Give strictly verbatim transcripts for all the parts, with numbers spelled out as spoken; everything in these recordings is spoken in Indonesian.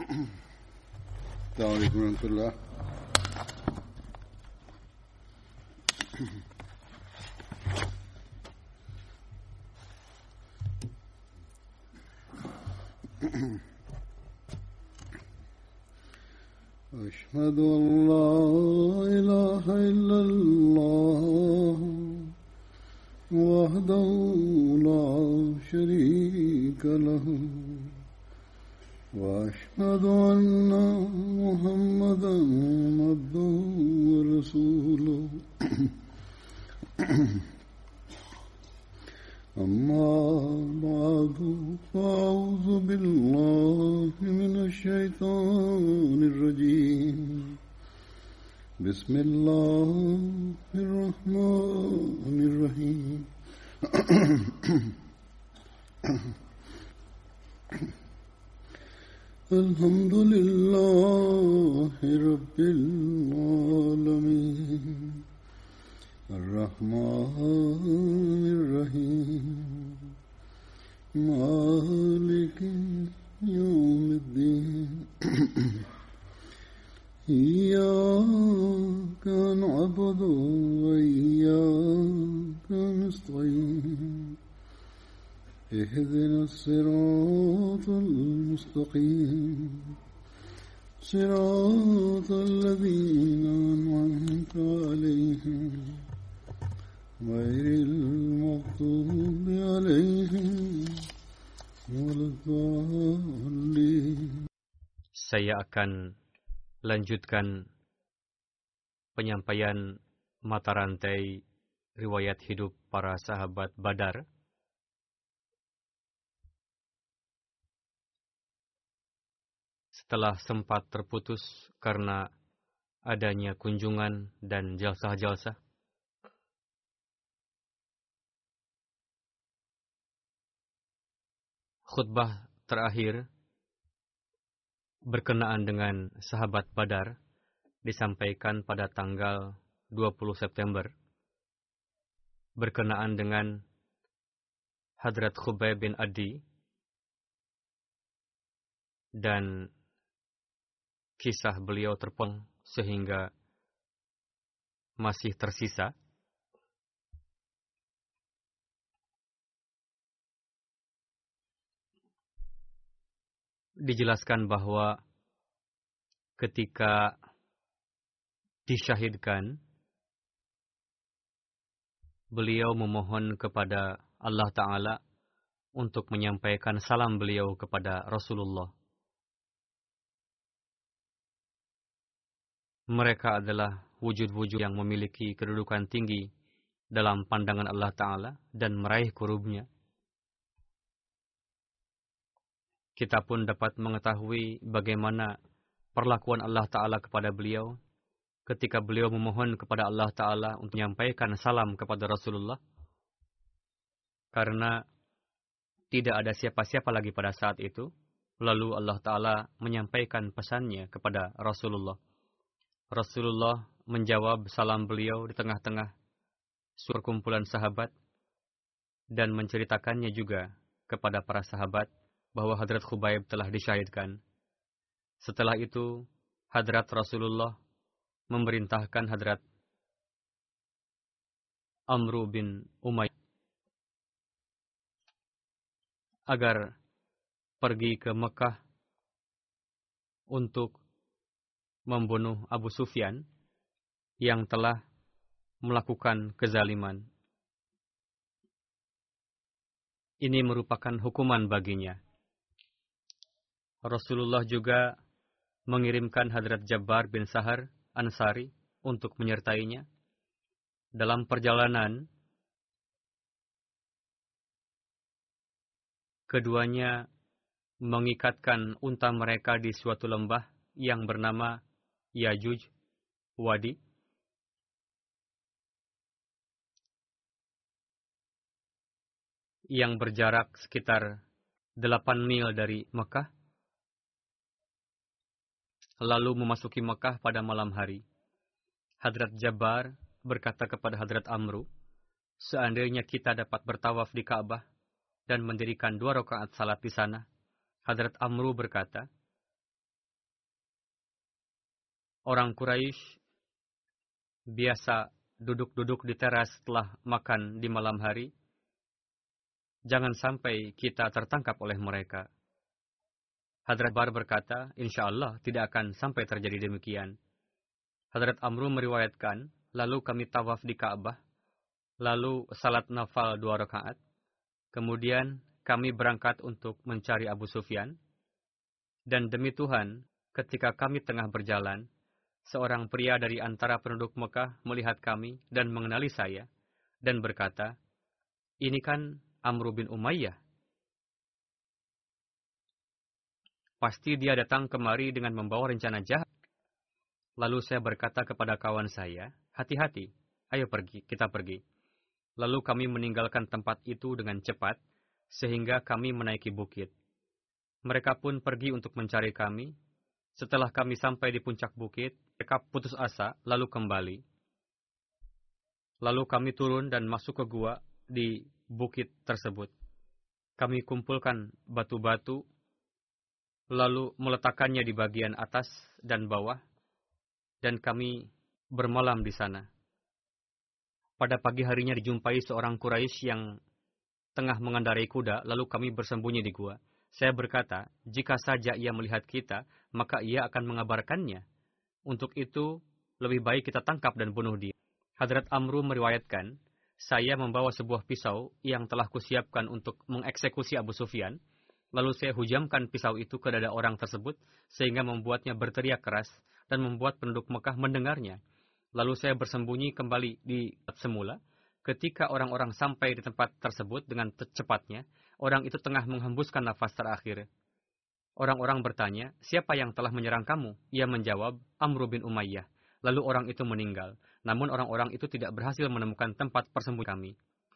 السلام عليكم ورحمة الله. أشهد أن لا إله إلا الله وحده لا شريك له وأشهد أن محمدا عبده ورسوله أما بعد فأعوذ بالله من الشيطان الرجيم بسم الله الرحمن الرحيم الحمد لله رب العالمين الرحمن الرحيم مالك يوم الدين إياك نعبد وإياك نستعين اهدنا الصراط المستقيم صراط الذين أنعمت عليهم غير المغضوب عليهم ولا الضالين. Saya akan lanjutkan penyampaian mata rantai riwayat hidup para sahabat Badar. Setelah sempat terputus karena adanya kunjungan dan jalsah-jalsah, khutbah terakhir berkenaan dengan sahabat Badar disampaikan pada tanggal dua puluh September berkenaan dengan Hadrat Khubayb bin Adi dan kisah beliau terpeng sehingga masih tersisa. Dijelaskan bahwa ketika disyahidkan, beliau memohon kepada Allah Ta'ala untuk menyampaikan salam beliau kepada Rasulullah. Mereka adalah wujud-wujud yang memiliki kedudukan tinggi dalam pandangan Allah Ta'ala dan meraih kurubnya. Kita pun dapat mengetahui bagaimana perlakuan Allah Ta'ala kepada beliau ketika beliau memohon kepada Allah Ta'ala untuk menyampaikan salam kepada Rasulullah. Karena tidak ada siapa-siapa lagi pada saat itu, lalu Allah Ta'ala menyampaikan pesannya kepada Rasulullah. Rasulullah menjawab salam beliau di tengah-tengah sekumpulan sahabat dan menceritakannya juga kepada para sahabat bahwa Hadrat Khubayb telah disyahidkan. Setelah itu, Hadrat Rasulullah memerintahkan Hadrat Amru bin Umayyah agar pergi ke Mekah untuk membunuh Abu Sufyan yang telah melakukan kezaliman. Ini merupakan hukuman baginya. Rasulullah juga mengirimkan Hadrat Jabbar bin Sahar Ansari untuk menyertainya. Dalam perjalanan, keduanya mengikatkan unta mereka di suatu lembah yang bernama Yajuj Wadi. Yang berjarak sekitar delapan mil dari Mekah. Lalu memasuki Mekah pada malam hari. Hadrat Jabbar berkata kepada Hadrat Amru, seandainya kita dapat bertawaf di Ka'bah dan mendirikan dua rakaat salat di sana. Hadrat Amru berkata, Orang Quraisy biasa duduk-duduk di teras setelah makan di malam hari. Jangan sampai kita tertangkap oleh mereka. Hadrat Bar berkata, insya Allah tidak akan sampai terjadi demikian. Hadrat Amru meriwayatkan, lalu kami tawaf di Ka'bah, lalu salat nafal dua rakaat. Kemudian kami berangkat untuk mencari Abu Sufyan. Dan demi Tuhan, ketika kami tengah berjalan, seorang pria dari antara penduduk Mekah melihat kami dan mengenali saya, dan berkata, ini kan Amru bin Umayyah. Pasti dia datang kemari dengan membawa rencana jahat. Lalu saya berkata kepada kawan saya, hati-hati, ayo pergi, kita pergi. Lalu kami meninggalkan tempat itu dengan cepat, sehingga kami menaiki bukit. Mereka pun pergi untuk mencari kami. Setelah kami sampai di puncak bukit, mereka putus asa, lalu kembali. Lalu kami turun dan masuk ke gua di bukit tersebut. Kami kumpulkan batu-batu, lalu meletakkannya di bagian atas dan bawah, dan kami bermalam di sana. Pada pagi harinya dijumpai seorang Quraisy yang tengah mengendarai kuda, lalu kami bersembunyi di gua. Saya berkata, jika saja ia melihat kita, maka ia akan mengabarkannya. Untuk itu, lebih baik kita tangkap dan bunuh dia. Hadrat Amru meriwayatkan, saya membawa sebuah pisau yang telah kusiapkan untuk mengeksekusi Abu Sufyan. Lalu saya hujamkan pisau itu ke dada orang tersebut, sehingga membuatnya berteriak keras, dan membuat penduduk Mekah mendengarnya. Lalu saya bersembunyi kembali di tempat semula. Ketika orang-orang sampai di tempat tersebut dengan cepatnya, orang itu tengah menghembuskan nafas terakhir. Orang-orang bertanya, siapa yang telah menyerang kamu? Ia menjawab, Amru bin Umayyah. Lalu orang itu meninggal. Namun orang-orang itu tidak berhasil menemukan tempat persembunyian kami.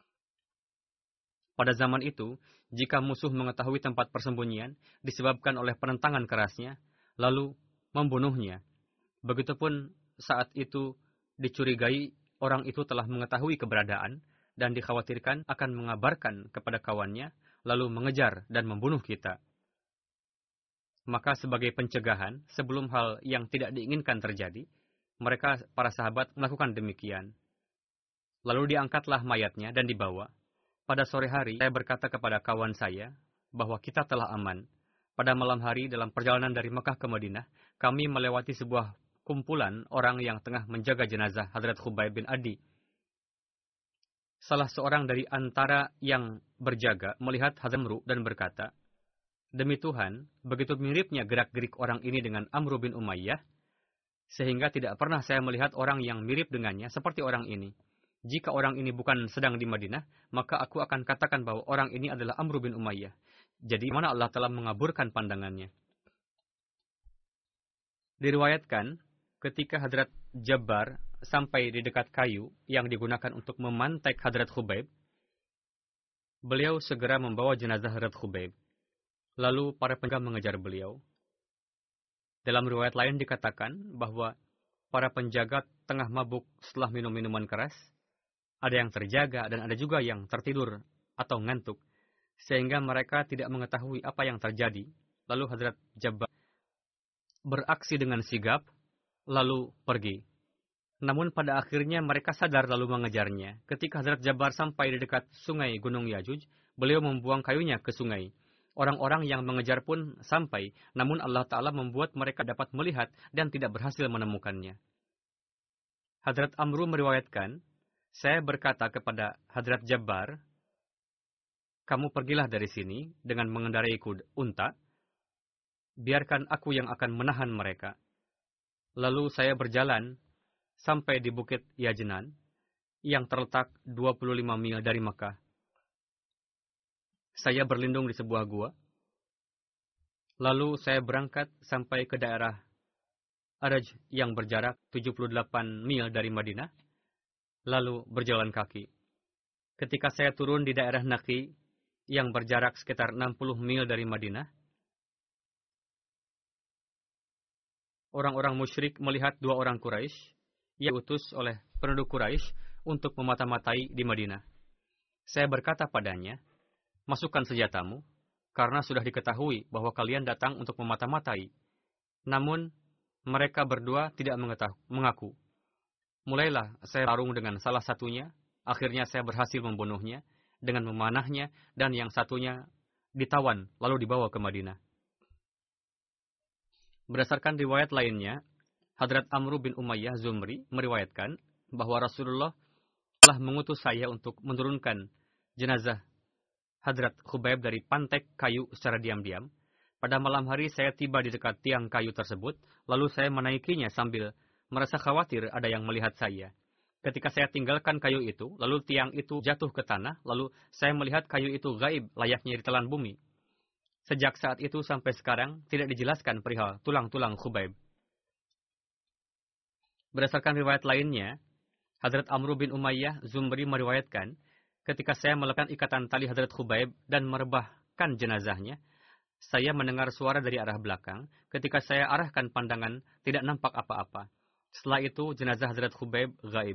Pada zaman itu, jika musuh mengetahui tempat persembunyian disebabkan oleh penentangan kerasnya, lalu membunuhnya. Begitupun saat itu dicurigai orang itu telah mengetahui keberadaan dan dikhawatirkan akan mengabarkan kepada kawannya, lalu mengejar dan membunuh kita. Maka sebagai pencegahan, sebelum hal yang tidak diinginkan terjadi, mereka, para sahabat, melakukan demikian. Lalu diangkatlah mayatnya dan dibawa. Pada sore hari, saya berkata kepada kawan saya bahwa kita telah aman. Pada malam hari, dalam perjalanan dari Mekah ke Madinah, kami melewati sebuah kumpulan orang yang tengah menjaga jenazah Hadrat Khubayb bin Adi. Salah seorang dari antara yang berjaga melihat Hadrat Amru dan berkata, demi Tuhan, begitu miripnya gerak-gerik orang ini dengan Amru bin Umayyah, sehingga tidak pernah saya melihat orang yang mirip dengannya seperti orang ini. Jika orang ini bukan sedang di Madinah, maka aku akan katakan bahwa orang ini adalah Amru bin Umayyah. Jadi, mana Allah telah mengaburkan pandangannya. Diriwayatkan, ketika Hadrat Jabbar sampai di dekat kayu yang digunakan untuk memantek Hadrat Khubayb, beliau segera membawa jenazah Hadrat Khubayb. Lalu para penjaga mengejar beliau. Dalam riwayat lain dikatakan bahwa para penjaga tengah mabuk setelah minum minuman keras. Ada yang terjaga dan ada juga yang tertidur atau ngantuk. Sehingga mereka tidak mengetahui apa yang terjadi. Lalu Hadrat Jabbar beraksi dengan sigap, lalu pergi. Namun pada akhirnya mereka sadar lalu mengejarnya. Ketika Hadrat Jabbar sampai di dekat sungai Gunung Yajuj, beliau membuang kayunya ke sungai. Orang-orang yang mengejar pun sampai, namun Allah Ta'ala membuat mereka dapat melihat dan tidak berhasil menemukannya. Hadrat Amru meriwayatkan, saya berkata kepada Hadrat Jabbar, kamu pergilah dari sini dengan mengendarai kuda, unta, biarkan aku yang akan menahan mereka. Lalu saya berjalan sampai di Bukit Yajnan, yang terletak dua puluh lima mil dari Mekah. Saya berlindung di sebuah gua. Lalu saya berangkat sampai ke daerah Araj yang berjarak tujuh puluh delapan mil dari Madinah. Lalu berjalan kaki. Ketika saya turun di daerah Naqi yang berjarak sekitar enam puluh mil dari Madinah, orang-orang musyrik melihat dua orang Quraisy yang diutus oleh penduduk Quraisy untuk memata-matai di Madinah. Saya berkata padanya, masukkan senjatamu, karena sudah diketahui bahwa kalian datang untuk memata-matai. Namun, Mereka berdua tidak mengetahui, mengaku. Mulailah saya tarung dengan salah satunya, akhirnya saya berhasil membunuhnya dengan memanahnya, dan yang satunya ditawan lalu dibawa ke Madinah. Berdasarkan riwayat lainnya, Hadrat Amr bin Umayyah Zumri meriwayatkan bahwa Rasulullah telah mengutus saya untuk menurunkan jenazah Hadrat Khubayb dari pantek kayu secara diam-diam. Pada malam hari saya tiba di dekat tiang kayu tersebut, lalu saya menaikinya sambil merasa khawatir ada yang melihat saya. Ketika saya tinggalkan kayu itu, lalu tiang itu jatuh ke tanah, lalu saya melihat kayu itu gaib layaknya ditelan bumi. Sejak saat itu sampai sekarang tidak dijelaskan perihal tulang-tulang Khubayb. Berdasarkan riwayat lainnya, Hadrat Amr bin Umayyah Zumri meriwayatkan, ketika saya melekan ikatan tali Hadrat Khubayb dan merebahkan jenazahnya, saya mendengar suara dari arah belakang. Ketika saya arahkan pandangan, tidak nampak apa-apa. Setelah itu, jenazah Hadrat Khubayb gaib.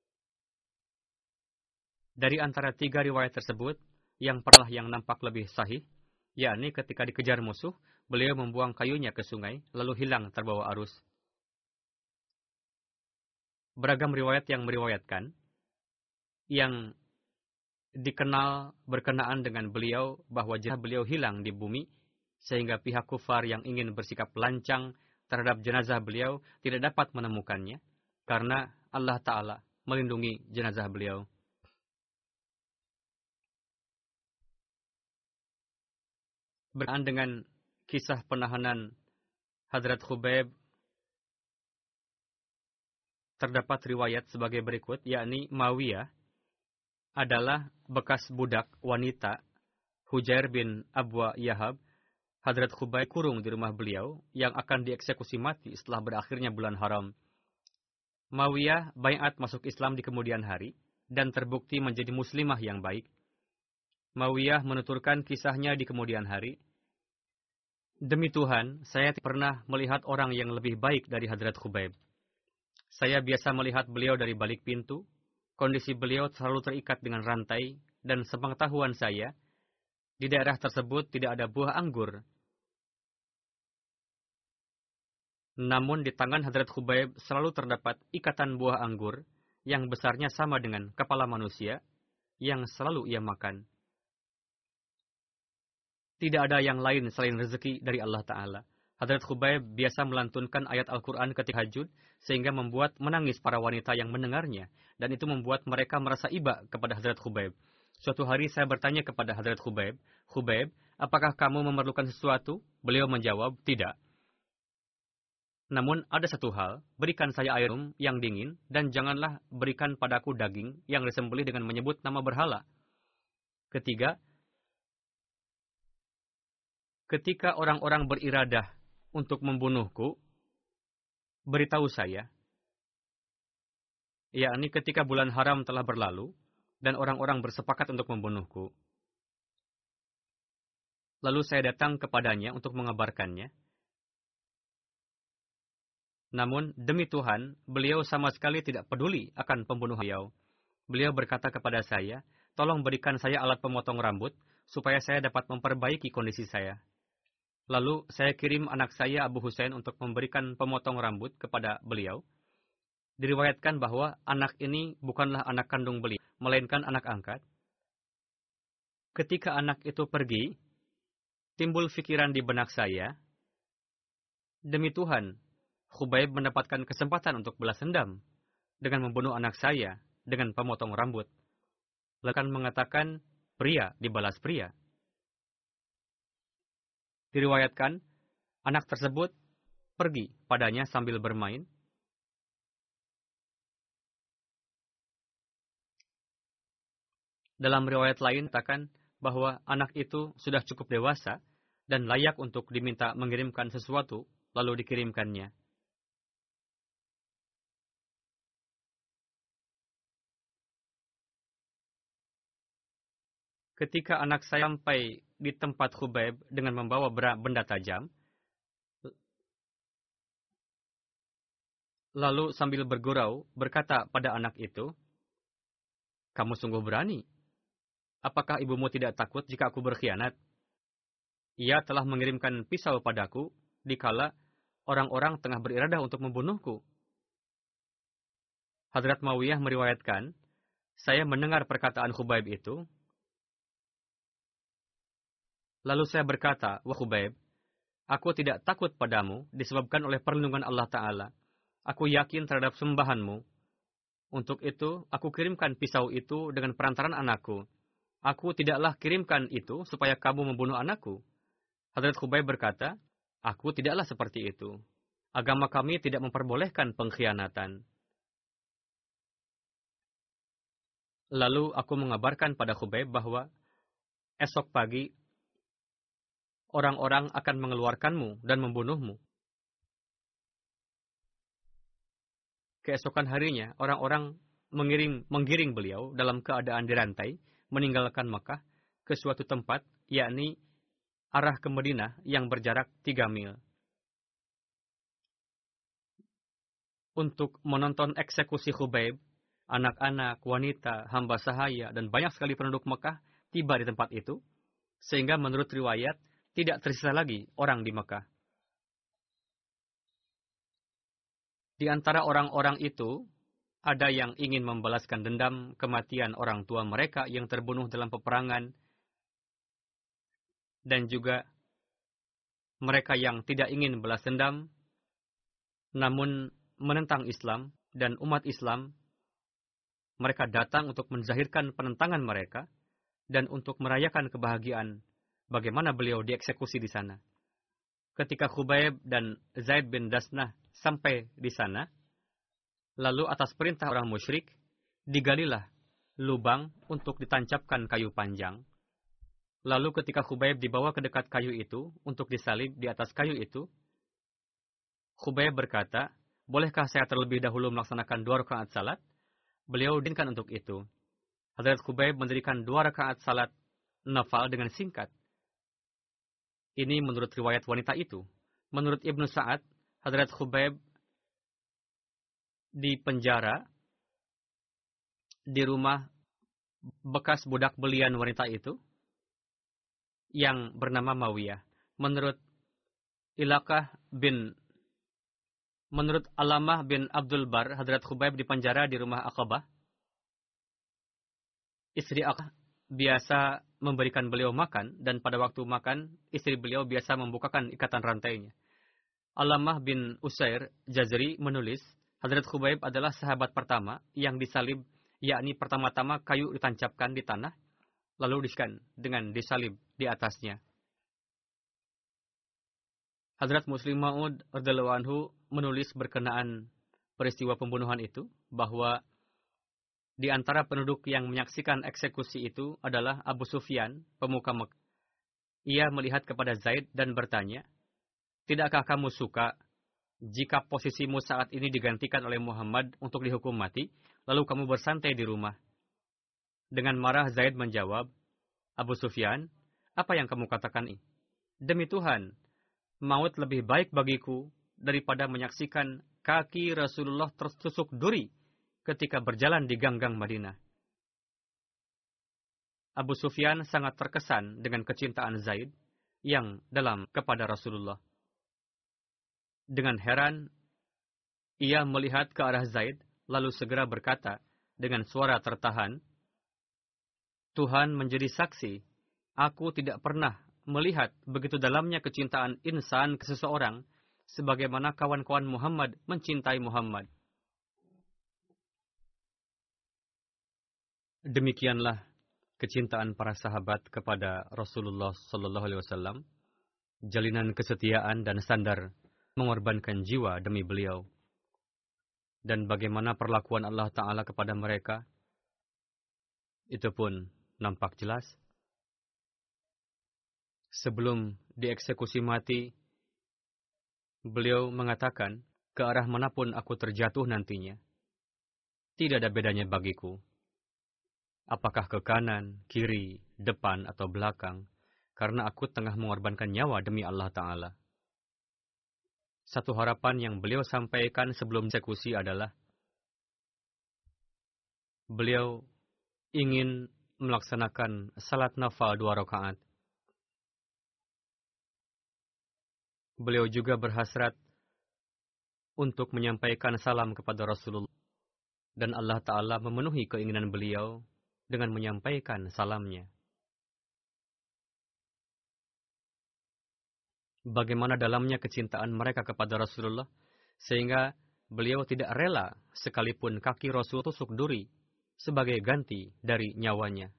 Dari antara tiga riwayat tersebut, yang pernah yang nampak lebih sahih, yakni ketika dikejar musuh, beliau membuang kayunya ke sungai, lalu hilang terbawa arus. Beragam riwayat yang meriwayatkan, yang dikenal berkenaan dengan beliau bahwa jenazah beliau hilang di bumi, sehingga pihak kufar yang ingin bersikap lancang terhadap jenazah beliau tidak dapat menemukannya, karena Allah Ta'ala melindungi jenazah beliau. Berkenaan dengan kisah penahanan Hadrat Khubayb, terdapat riwayat sebagai berikut, yakni Mawiyah adalah bekas budak wanita Hujair bin Abwa Yahab. Hadrat Khubayb kurung di rumah beliau yang akan dieksekusi mati setelah berakhirnya bulan haram. Mawiyah baiat masuk Islam di kemudian hari dan terbukti menjadi muslimah yang baik. Mawiyah menuturkan kisahnya di kemudian hari. Demi Tuhan, saya tidak pernah melihat orang yang lebih baik dari Hadrat Khubayb. Saya biasa melihat beliau dari balik pintu. Kondisi beliau selalu terikat dengan rantai, dan sepengetahuan saya, di daerah tersebut tidak ada buah anggur. Namun di tangan Hadrat Khubayb selalu terdapat ikatan buah anggur yang besarnya sama dengan kepala manusia yang selalu ia makan. Tidak ada yang lain selain rezeki dari Allah Ta'ala. Hadrat Khubayb biasa melantunkan ayat Al-Quran ketika tahajud sehingga membuat menangis para wanita yang mendengarnya, dan itu membuat mereka merasa iba kepada Hadrat Khubayb. Suatu hari saya bertanya kepada Hadrat Khubayb, Khubayb, apakah kamu memerlukan sesuatu? Beliau menjawab, tidak. Namun ada satu hal, berikan saya air minum yang dingin, dan janganlah berikan padaku daging yang disembelih dengan menyebut nama berhala. Ketiga, ketika orang-orang beriradah untuk membunuhku, beritahu saya, yakni ketika bulan haram telah berlalu, dan orang-orang bersepakat untuk membunuhku. Lalu saya datang kepadanya untuk mengabarkannya. Namun, demi Tuhan, beliau sama sekali tidak peduli akan pembunuhan beliau. Beliau berkata kepada saya, tolong berikan saya alat pemotong rambut, supaya saya dapat memperbaiki kondisi saya. Lalu, saya kirim anak saya Abu Husain untuk memberikan pemotong rambut kepada beliau. Diriwayatkan bahwa anak ini bukanlah anak kandung beliau, melainkan anak angkat. Ketika anak itu pergi, timbul pikiran di benak saya, demi Tuhan, Khubayb mendapatkan kesempatan untuk balas dendam dengan membunuh anak saya dengan pemotong rambut. Lekan mengatakan, pria dibalas pria. Diriwayatkan, anak tersebut pergi padanya sambil bermain. Dalam riwayat lain katakan bahwa anak itu sudah cukup dewasa dan layak untuk diminta mengirimkan sesuatu, lalu dikirimkannya. Ketika anak saya sampai di tempat Khubayb dengan membawa benda tajam, lalu sambil bergurau berkata pada anak itu, kamu sungguh berani. Apakah ibumu tidak takut jika aku berkhianat? Ia telah mengirimkan pisau padaku dikala orang-orang tengah beriradah untuk membunuhku. Hadrat Muawiyah meriwayatkan, saya mendengar perkataan Khubayb itu. Lalu saya berkata, wah Khubayb, aku tidak takut padamu disebabkan oleh perlindungan Allah Ta'ala. Aku yakin terhadap sembahanmu. Untuk itu, aku kirimkan pisau itu dengan perantaran anakku. Aku tidaklah kirimkan itu supaya kamu membunuh anakku. Hadrat Khubayb berkata, aku tidaklah seperti itu. Agama kami tidak memperbolehkan pengkhianatan. Lalu aku mengabarkan pada Khubayb bahwa esok pagi orang-orang akan mengeluarkanmu dan membunuhmu. Keesokan harinya, orang-orang mengiring, menggiring beliau dalam keadaan dirantai, meninggalkan Makkah ke suatu tempat, yakni arah ke Madinah yang berjarak tiga mil. Untuk menonton eksekusi Khubayb, anak-anak, wanita, hamba sahaya, dan banyak sekali penduduk Makkah tiba di tempat itu, sehingga menurut riwayat, tidak tersisa lagi orang di Makkah. Di antara orang-orang itu, ada yang ingin membalaskan dendam kematian orang tua mereka yang terbunuh dalam peperangan, dan juga mereka yang tidak ingin balas dendam, namun menentang Islam dan umat Islam. Mereka datang untuk menzahirkan penentangan mereka, dan untuk merayakan kebahagiaan bagaimana beliau dieksekusi di sana. Ketika Khubayb dan Zaid bin Dasnah sampai di sana, lalu atas perintah orang musyrik, digalilah lubang untuk ditancapkan kayu panjang. Lalu ketika Khubayb dibawa ke dekat kayu itu, untuk disalib di atas kayu itu, Khubayb berkata, bolehkah saya terlebih dahulu melaksanakan dua rakaat salat? Beliau diizinkan untuk itu. Hadrat Khubayb mendirikan dua rakaat salat nafal dengan singkat. Ini menurut riwayat wanita itu. Menurut Ibnu Sa'ad, Hadrat Khubayb di penjara di rumah bekas budak belian wanita itu yang bernama Mawiyah. Menurut Ilaqah bin Menurut Alamah bin Abdul Bar, Hadrat Khubayb di penjara di rumah Aqabah. Istri Aqabah biasa memberikan beliau makan, dan pada waktu makan, istri beliau biasa membukakan ikatan rantainya. Alamah bin Usair Jazri menulis, Hadrat Khubayb adalah sahabat pertama yang disalib, yakni pertama-tama kayu ditancapkan di tanah, lalu diskan dengan disalib di atasnya. Hadrat Muslim Ma'ud radhiyallahu anhu menulis berkenaan peristiwa pembunuhan itu, bahwa di antara penduduk yang menyaksikan eksekusi itu adalah Abu Sufyan, pemuka Mekah. Ia melihat kepada Zaid dan bertanya, tidakkah kamu suka jika posisimu saat ini digantikan oleh Muhammad untuk dihukum mati, lalu kamu bersantai di rumah? Dengan marah Zaid menjawab, Abu Sufyan, apa yang kamu katakan ini? Demi Tuhan, maut lebih baik bagiku daripada menyaksikan kaki Rasulullah tertusuk duri ketika berjalan di gang-gang Madinah. Abu Sufyan sangat terkesan dengan kecintaan Zaid yang dalam kepada Rasulullah. Dengan heran, ia melihat ke arah Zaid, lalu segera berkata dengan suara tertahan, Tuhan menjadi saksi, aku tidak pernah melihat begitu dalamnya kecintaan insan ke seseorang, sebagaimana kawan-kawan Muhammad mencintai Muhammad. Demikianlah kecintaan para sahabat kepada Rasulullah Sallallahu Alaihi Wasallam, jalinan kesetiaan dan standar mengorbankan jiwa demi beliau. Dan bagaimana perlakuan Allah Ta'ala kepada mereka, itu pun nampak jelas. Sebelum dieksekusi mati, beliau mengatakan, ke arah manapun aku terjatuh nantinya, tidak ada bedanya bagiku. Apakah ke kanan, kiri, depan, atau belakang, karena aku tengah mengorbankan nyawa demi Allah Ta'ala. Satu harapan yang beliau sampaikan sebelum eksekusi adalah, beliau ingin melaksanakan salat nafal dua rakaat. Beliau juga berhasrat untuk menyampaikan salam kepada Rasulullah. Dan Allah Ta'ala memenuhi keinginan beliau dengan menyampaikan salamnya. Bagaimana dalamnya kecintaan mereka kepada Rasulullah, sehingga beliau tidak rela sekalipun kaki Rasul tusuk duri sebagai ganti dari nyawanya.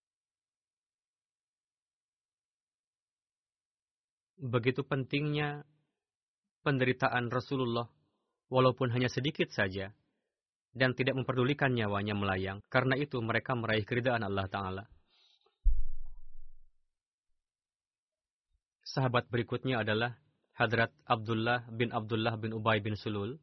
Begitu pentingnya penderitaan Rasulullah, walaupun hanya sedikit saja, dan tidak memperdulikan nyawanya melayang. Karena itu mereka meraih keridaan Allah Ta'ala. Sahabat berikutnya adalah Hadrat Abdullah bin Abdullah bin Ubay bin Sulul.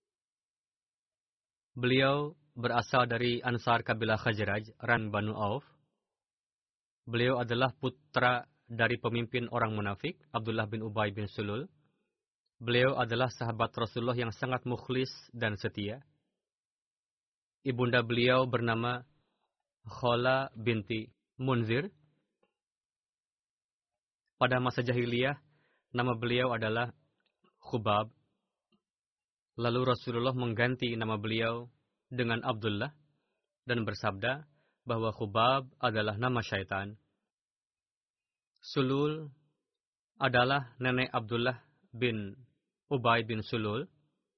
Beliau berasal dari Ansar kabilah Khazraj, Ran Banu Auf. Beliau adalah putra dari pemimpin orang munafik, Abdullah bin Ubay bin Sulul. Beliau adalah sahabat Rasulullah yang sangat mukhlis dan setia. Ibunda beliau bernama Khala binti Munzir. Pada masa jahiliyah, nama beliau adalah Khubab. Lalu Rasulullah mengganti nama beliau dengan Abdullah dan bersabda bahwa Khubab adalah nama syaitan. Sulul adalah nenek Abdullah bin Ubay bin Sulul,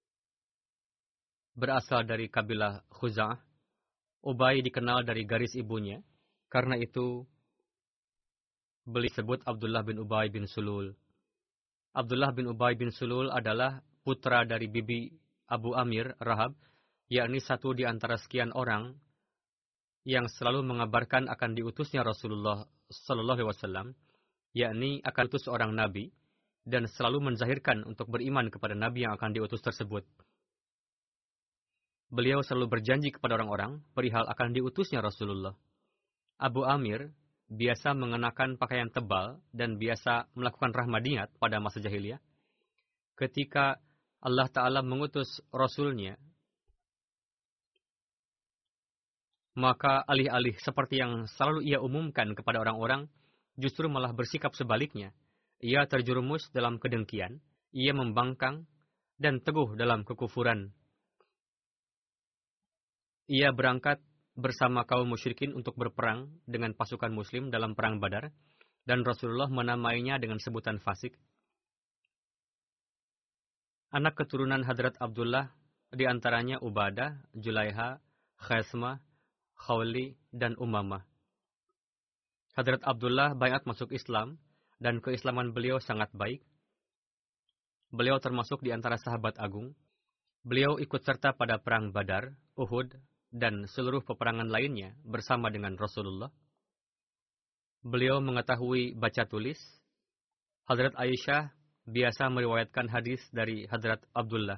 berasal dari kabilah Khuza'ah. Ubay dikenal dari garis ibunya, karena itu beliau disebut Abdullah bin Ubay bin Sulul. Abdullah bin Ubay bin Sulul adalah putra dari bibi Abu Amir Rahab, yakni satu di antara sekian orang yang selalu mengabarkan akan diutusnya Rasulullah Sallallahu Alaihi Wasallam, yakni akan diutus seorang nabi, dan selalu menzahirkan untuk beriman kepada nabi yang akan diutus tersebut. Beliau selalu berjanji kepada orang-orang perihal akan diutusnya Rasulullah. Abu Amir biasa mengenakan pakaian tebal dan biasa melakukan rahmadiyat pada masa jahiliyah. Ketika Allah Ta'ala mengutus Rasulnya, maka alih-alih seperti yang selalu ia umumkan kepada orang-orang, justru malah bersikap sebaliknya. Ia terjerumus dalam kedengkian, ia membangkang dan teguh dalam kekufuran. Ia berangkat bersama kaum musyrikin untuk berperang dengan pasukan muslim dalam perang Badar, dan Rasulullah menamainya dengan sebutan fasik. Anak keturunan Hadrat Abdullah diantaranya Ubadah, Julaiha, Khasmah, Khawli, dan Umamah. Hadrat Abdullah baiat masuk Islam, dan keislaman beliau sangat baik. Beliau termasuk di antara sahabat agung. Beliau ikut serta pada perang Badar, Uhud, dan seluruh peperangan lainnya bersama dengan Rasulullah. Beliau mengetahui baca tulis. Hadrat Aisyah biasa meriwayatkan hadis dari Hadrat Abdullah.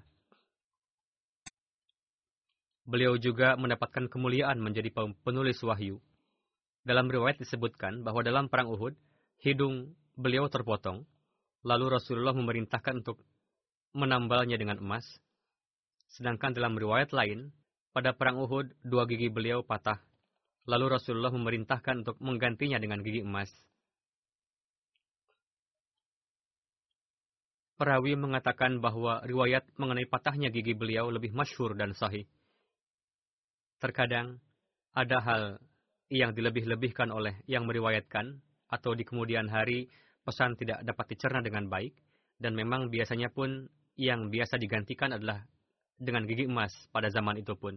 Beliau juga mendapatkan kemuliaan menjadi penulis wahyu. Dalam riwayat disebutkan bahwa dalam perang Uhud, hidung beliau terpotong, lalu Rasulullah memerintahkan untuk menambalnya dengan emas. Sedangkan dalam riwayat lain, pada perang Uhud, dua gigi beliau patah. Lalu Rasulullah memerintahkan untuk menggantinya dengan gigi emas. Perawi mengatakan bahwa riwayat mengenai patahnya gigi beliau lebih masyhur dan sahih. Terkadang, ada hal yang dilebih-lebihkan oleh yang meriwayatkan, atau di kemudian hari, pesan tidak dapat dicerna dengan baik, dan memang biasanya pun yang biasa digantikan adalah dengan gigi emas pada zaman itu pun.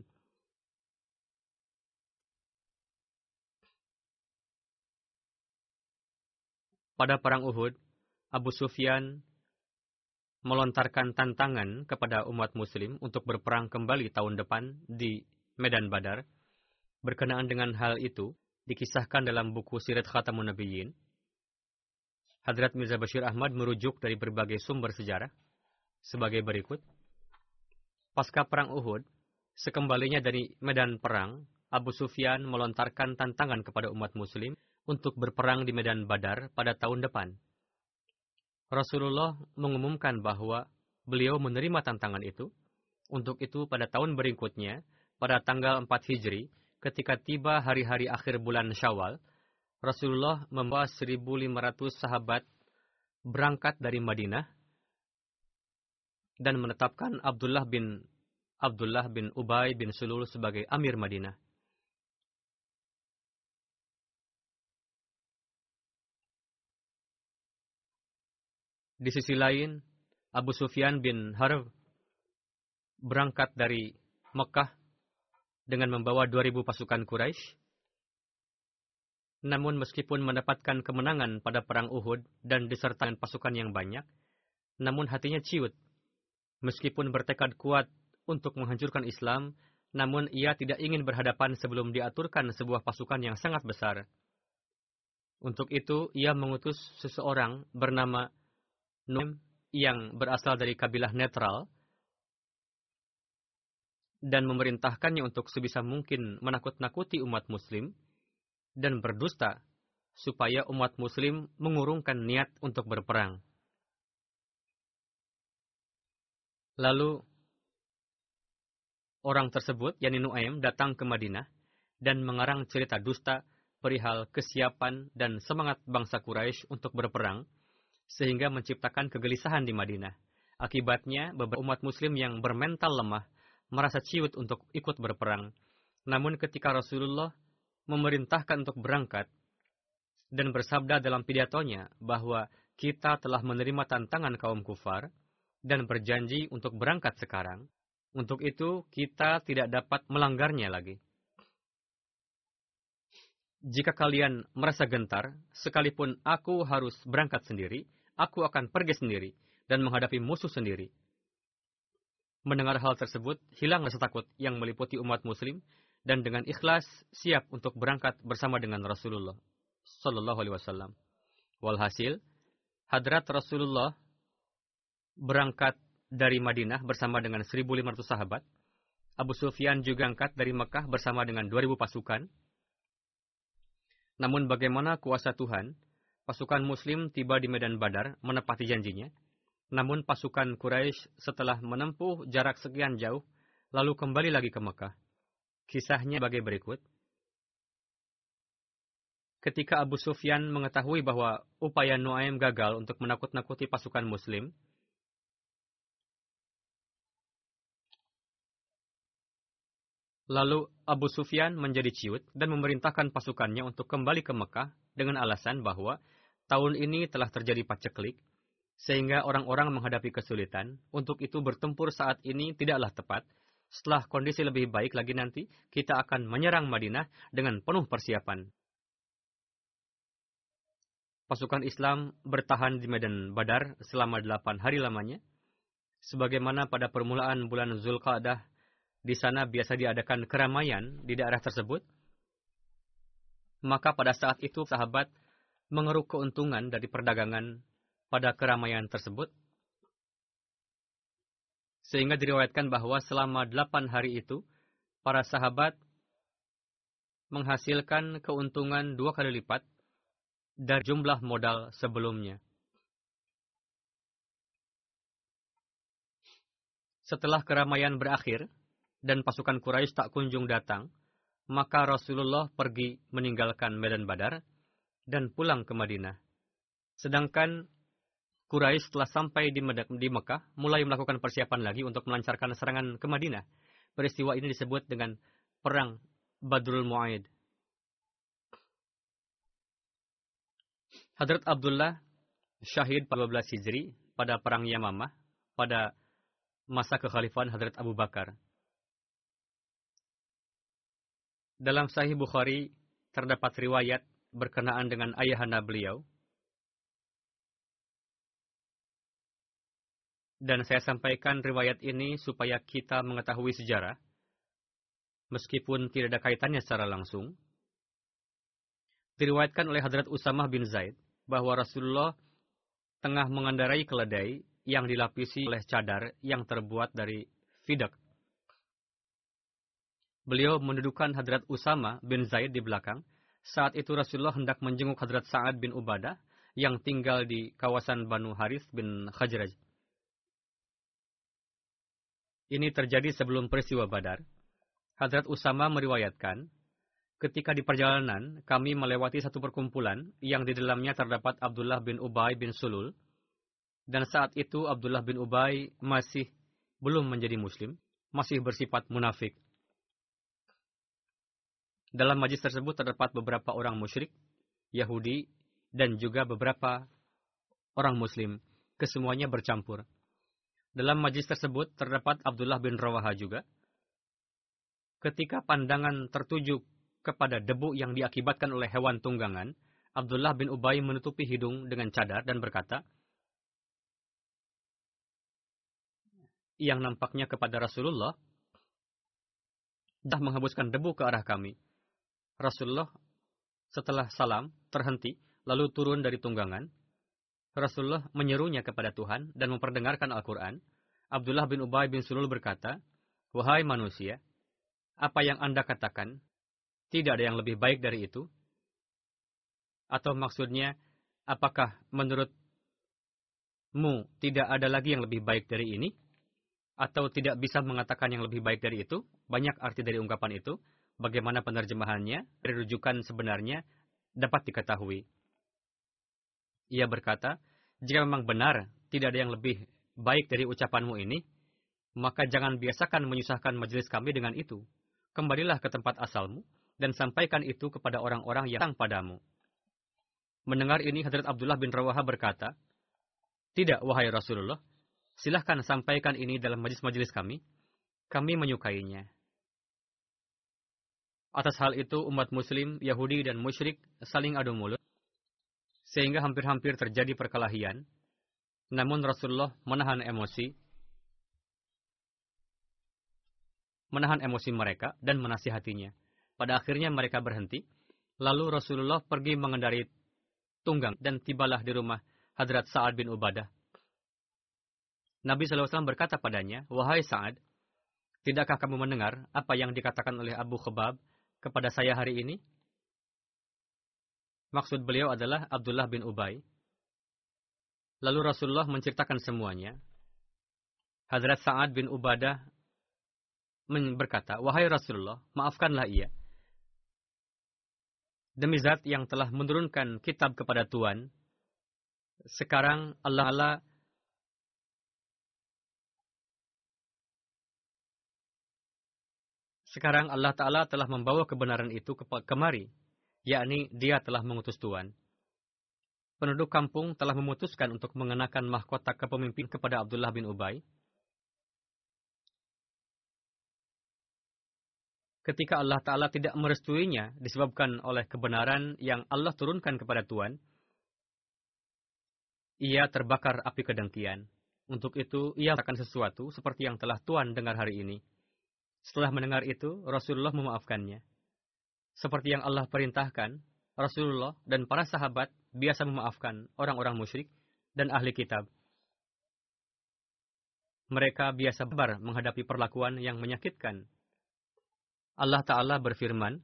Pada perang Uhud, Abu Sufyan melontarkan tantangan kepada umat muslim untuk berperang kembali tahun depan di Medan Badar. Berkenaan dengan hal itu, dikisahkan dalam buku Sirat Khatamun Nabiyyin. Hadrat Mirza Bashir Ahmad merujuk dari berbagai sumber sejarah sebagai berikut. Pasca perang Uhud, sekembalinya dari medan perang, Abu Sufyan melontarkan tantangan kepada umat muslim untuk berperang di medan Badar pada tahun depan. Rasulullah mengumumkan bahwa beliau menerima tantangan itu. Untuk itu pada tahun berikutnya, pada tanggal empat Hijri, ketika tiba hari-hari akhir bulan Syawal, Rasulullah membawa seribu lima ratus sahabat berangkat dari Madinah dan menetapkan Abdullah bin Abdullah bin Ubay bin Sulul sebagai Amir Madinah. Di sisi lain, Abu Sufyan bin Harb berangkat dari Mekah dengan membawa dua ribu pasukan Quraisy. Namun meskipun mendapatkan kemenangan pada perang Uhud dan disertai dengan pasukan yang banyak, namun hatinya ciut. Meskipun bertekad kuat untuk menghancurkan Islam, namun ia tidak ingin berhadapan sebelum diaturkan sebuah pasukan yang sangat besar. Untuk itu, ia mengutus seseorang bernama Nuaim yang berasal dari kabilah netral dan memerintahkannya untuk sebisa mungkin menakut-nakuti umat muslim dan berdusta supaya umat muslim mengurungkan niat untuk berperang. Lalu orang tersebut, yakni Nuaim, datang ke Madinah dan mengarang cerita dusta perihal kesiapan dan semangat bangsa Quraisy untuk berperang, sehingga menciptakan kegelisahan di Madinah. Akibatnya, beberapa umat muslim yang bermental lemah merasa ciut untuk ikut berperang. Namun ketika Rasulullah memerintahkan untuk berangkat dan bersabda dalam pidatonya bahwa kita telah menerima tantangan kaum kufar dan berjanji untuk berangkat sekarang, untuk itu kita tidak dapat melanggarnya lagi. Jika kalian merasa gentar, sekalipun aku harus berangkat sendiri, aku akan pergi sendiri dan menghadapi musuh sendiri. Mendengar hal tersebut, hilang rasa takut yang meliputi umat muslim dan dengan ikhlas siap untuk berangkat bersama dengan Rasulullah Sallallahu Alaihi Wasallam. Walhasil, Hadrat Rasulullah berangkat dari Madinah bersama dengan seribu lima ratus sahabat. Abu Sufyan juga berangkat dari Mekah bersama dengan dua ribu pasukan. Namun bagaimana kuasa Tuhan, pasukan muslim tiba di medan Badar menepati janjinya. Namun pasukan Quraisy setelah menempuh jarak sekian jauh, lalu kembali lagi ke Mekah. Kisahnya sebagai berikut. Ketika Abu Sufyan mengetahui bahwa upaya Nuaim gagal untuk menakut-nakuti pasukan muslim, lalu Abu Sufyan menjadi ciut dan memerintahkan pasukannya untuk kembali ke Mekah dengan alasan bahwa tahun ini telah terjadi paceklik, sehingga orang-orang menghadapi kesulitan. Untuk itu bertempur saat ini tidaklah tepat. Setelah kondisi lebih baik lagi nanti, kita akan menyerang Madinah dengan penuh persiapan. Pasukan Islam bertahan di medan Badar selama delapan hari lamanya. Sebagaimana pada permulaan bulan Zulqa'dah, di sana biasa diadakan keramaian di daerah tersebut. Maka pada saat itu sahabat mengeruk keuntungan dari perdagangan pada keramaian tersebut. Sehingga diriwayatkan bahwa selama delapan hari itu, para sahabat menghasilkan keuntungan dua kali lipat dari jumlah modal sebelumnya. Setelah keramaian berakhir dan pasukan Quraisy tak kunjung datang, maka Rasulullah pergi meninggalkan medan Badar dan pulang ke Madinah. Sedangkan Quraisy setelah sampai di, di Mekah, mulai melakukan persiapan lagi untuk melancarkan serangan ke Madinah. Peristiwa ini disebut dengan Perang Badrul Mu'aid. Hadrat Abdullah syahid pada dua belas Hijri pada Perang Yamamah pada masa kekhalifahan Hadrat Abu Bakar. Dalam Sahih Bukhari terdapat riwayat berkenaan dengan ayahanda beliau. Dan saya sampaikan riwayat ini supaya kita mengetahui sejarah, meskipun tidak ada kaitannya secara langsung. Diriwayatkan oleh Hadrat Usamah bin Zaid bahwa Rasulullah tengah mengendarai keledai yang dilapisi oleh cadar yang terbuat dari fidak. Beliau mendudukkan Hadrat Usamah bin Zaid di belakang. Saat itu Rasulullah hendak menjenguk Hadrat Sa'ad bin Ubadah yang tinggal di kawasan Banu Harith bin Khajraj. Ini terjadi sebelum peristiwa Badar. Hadrat Usama meriwayatkan, ketika di perjalanan, kami melewati satu perkumpulan yang di dalamnya terdapat Abdullah bin Ubay bin Sulul. Dan saat itu Abdullah bin Ubay masih belum menjadi muslim, masih bersifat munafik. Dalam majlis tersebut terdapat beberapa orang musyrik, Yahudi, dan juga beberapa orang muslim. Kesemuanya bercampur. Dalam majlis tersebut terdapat Abdullah bin Rawaha juga. Ketika pandangan tertuju kepada debu yang diakibatkan oleh hewan tunggangan, Abdullah bin Ubay menutupi hidung dengan cadar dan berkata, yang nampaknya kepada Rasulullah, dah menghembuskan debu ke arah kami. Rasulullah setelah salam terhenti, lalu turun dari tunggangan. Rasulullah menyerunya kepada Tuhan dan memperdengarkan Al-Quran. Abdullah bin Ubay bin Sulul berkata, wahai manusia, apa yang Anda katakan, tidak ada yang lebih baik dari itu? Atau maksudnya, apakah menurutmu tidak ada lagi yang lebih baik dari ini? Atau tidak bisa mengatakan yang lebih baik dari itu? Banyak arti dari ungkapan itu. Bagaimana penerjemahannya, dari rujukan sebenarnya, dapat diketahui. Ia berkata, jika memang benar tidak ada yang lebih baik dari ucapanmu ini, maka jangan biasakan menyusahkan majelis kami dengan itu. Kembalilah ke tempat asalmu, dan sampaikan itu kepada orang-orang yang datang padamu. Mendengar ini, Hadrat Abdullah bin Rawaha berkata, tidak, wahai Rasulullah, silahkan sampaikan ini dalam majelis-majelis kami. Kami menyukainya. Atas hal itu, umat muslim, Yahudi, dan musyrik saling adu mulut, sehingga hampir-hampir terjadi perkelahian. Namun Rasulullah menahan emosi, menahan emosi mereka dan menasihatinya. Pada akhirnya mereka berhenti. Lalu Rasulullah pergi mengendarai tunggang dan tibalah di rumah Hadrat Sa'ad bin Ubadah. Nabi shallallahu alaihi wasallam berkata padanya, wahai Sa'ad, tidakkah kamu mendengar apa yang dikatakan oleh Abu Khubab kepada saya hari ini? Maksud beliau adalah Abdullah bin Ubay. Lalu Rasulullah menceritakan semuanya. Hadrat Sa'ad bin Ubadah berkata, wahai Rasulullah, maafkanlah ia. Demi zat yang telah menurunkan kitab kepada Tuhan, sekarang Allah Allah sekarang Allah Ta'ala telah membawa kebenaran itu ke kemari, yakni dia telah mengutus Tuhan. Penduduk kampung telah memutuskan untuk mengenakan mahkota kepemimpin kepada Abdullah bin Ubay. Ketika Allah Ta'ala tidak merestuinya disebabkan oleh kebenaran yang Allah turunkan kepada Tuhan, ia terbakar api kedengkian. Untuk itu, ia mengatakan sesuatu seperti yang telah Tuhan dengar hari ini. Setelah mendengar itu, Rasulullah memaafkannya. Seperti yang Allah perintahkan, Rasulullah dan para sahabat biasa memaafkan orang-orang musyrik dan ahli kitab. Mereka biasa sabar menghadapi perlakuan yang menyakitkan. Allah Ta'ala berfirman,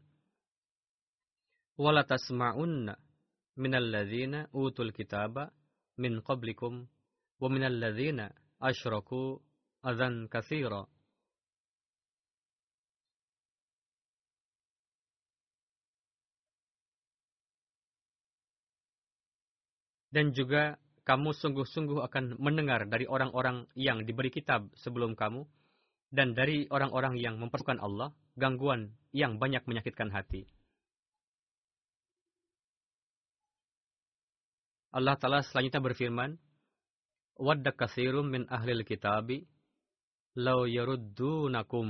وَلَا تَسْمَعُنَّ مِنَ الَّذِينَ أُوتُوا الْكِتَابَ مِنْ قَبْلِكُمْ وَمِنَ الَّذِينَ أَشْرَكُوا أَذًى كَثِيرًا. Dan juga kamu sungguh-sungguh akan mendengar dari orang-orang yang diberi kitab sebelum kamu, dan dari orang-orang yang mempersukan Allah, gangguan yang banyak menyakitkan hati. Allah Ta'ala selanjutnya berfirman, وَدَّ كَثِيرٌ مِّنْ أَهْلِ الْكِتَابِ لَوْ يَرُدُّونَكُمْ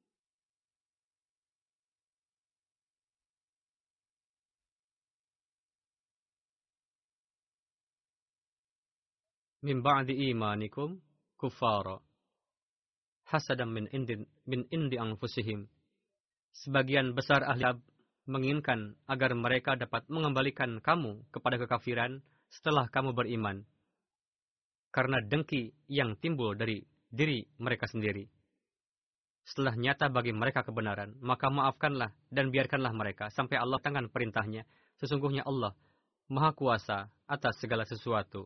min ba'di imanikum kuffara hasadan min indi min indi anfusihim. Sebagian besar ahli kitab menginginkan agar mereka dapat mengembalikan kamu kepada kekafiran setelah kamu beriman, karena dengki yang timbul dari diri mereka sendiri. Setelah nyata bagi mereka kebenaran, maka maafkanlah dan biarkanlah mereka sampai Allah tangan perintahnya. Sesungguhnya Allah Maha Kuasa atas segala sesuatu.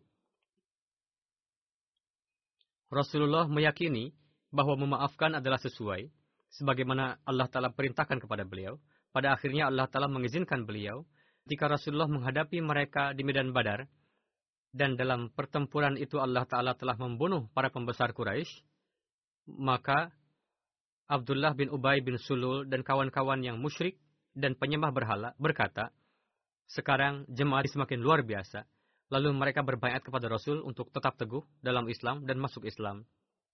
Rasulullah meyakini bahwa memaafkan adalah sesuai, sebagaimana Allah Ta'ala perintahkan kepada beliau. Pada akhirnya Allah Ta'ala mengizinkan beliau, ketika Rasulullah menghadapi mereka di medan Badar, dan dalam pertempuran itu Allah Ta'ala telah membunuh para pembesar Quraisy, maka Abdullah bin Ubay bin Sulul dan kawan-kawan yang musyrik dan penyembah berhala berkata, sekarang jemaah semakin luar biasa. Lalu mereka berbaiat kepada Rasul untuk tetap teguh dalam Islam dan masuk Islam.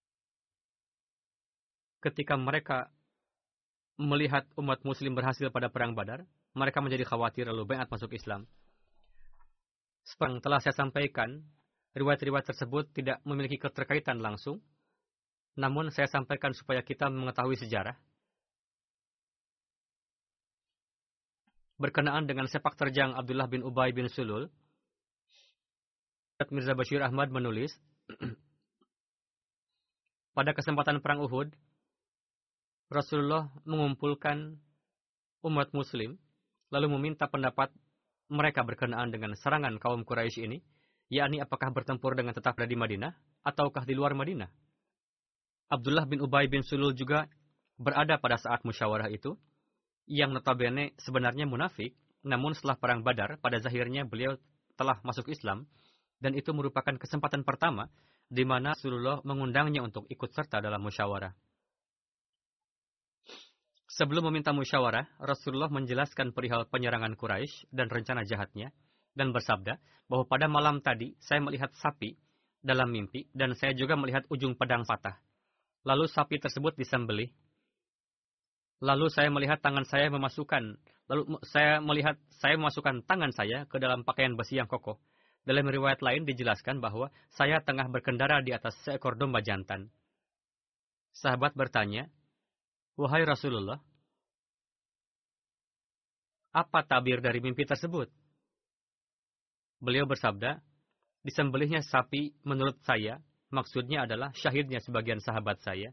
Ketika mereka melihat umat muslim berhasil pada perang Badar, mereka menjadi khawatir lalu baiat masuk Islam. Seperti yang telah saya sampaikan, riwayat-riwayat tersebut tidak memiliki keterkaitan langsung, namun saya sampaikan supaya kita mengetahui sejarah. Berkenaan dengan sepak terjang Abdullah bin Ubay bin Sulul, Mirza Bashir Ahmad menulis, pada kesempatan perang Uhud, Rasulullah mengumpulkan umat muslim, lalu meminta pendapat mereka berkenaan dengan serangan kaum Quraisy ini, yakni apakah bertempur dengan tetap berada di Madinah, ataukah di luar Madinah. Abdullah bin Ubay bin Sulul juga berada pada saat musyawarah itu, yang notabene sebenarnya munafik, namun setelah perang Badar, pada zahirnya beliau telah masuk Islam, dan itu merupakan kesempatan pertama di mana Rasulullah mengundangnya untuk ikut serta dalam musyawarah. Sebelum meminta musyawarah, Rasulullah menjelaskan perihal penyerangan Quraisy dan rencana jahatnya, dan bersabda bahwa pada malam tadi saya melihat sapi dalam mimpi, dan saya juga melihat ujung pedang patah. Lalu sapi tersebut disembelih. Lalu saya melihat tangan saya memasukkan, lalu saya melihat saya memasukkan tangan saya ke dalam pakaian besi yang kokoh. Dalam riwayat lain dijelaskan bahwa saya tengah berkendara di atas seekor domba jantan. Sahabat bertanya, wahai Rasulullah, apa tabir dari mimpi tersebut? Beliau bersabda, disembelihnya sapi menurut saya, maksudnya adalah syahidnya sebagian sahabat saya.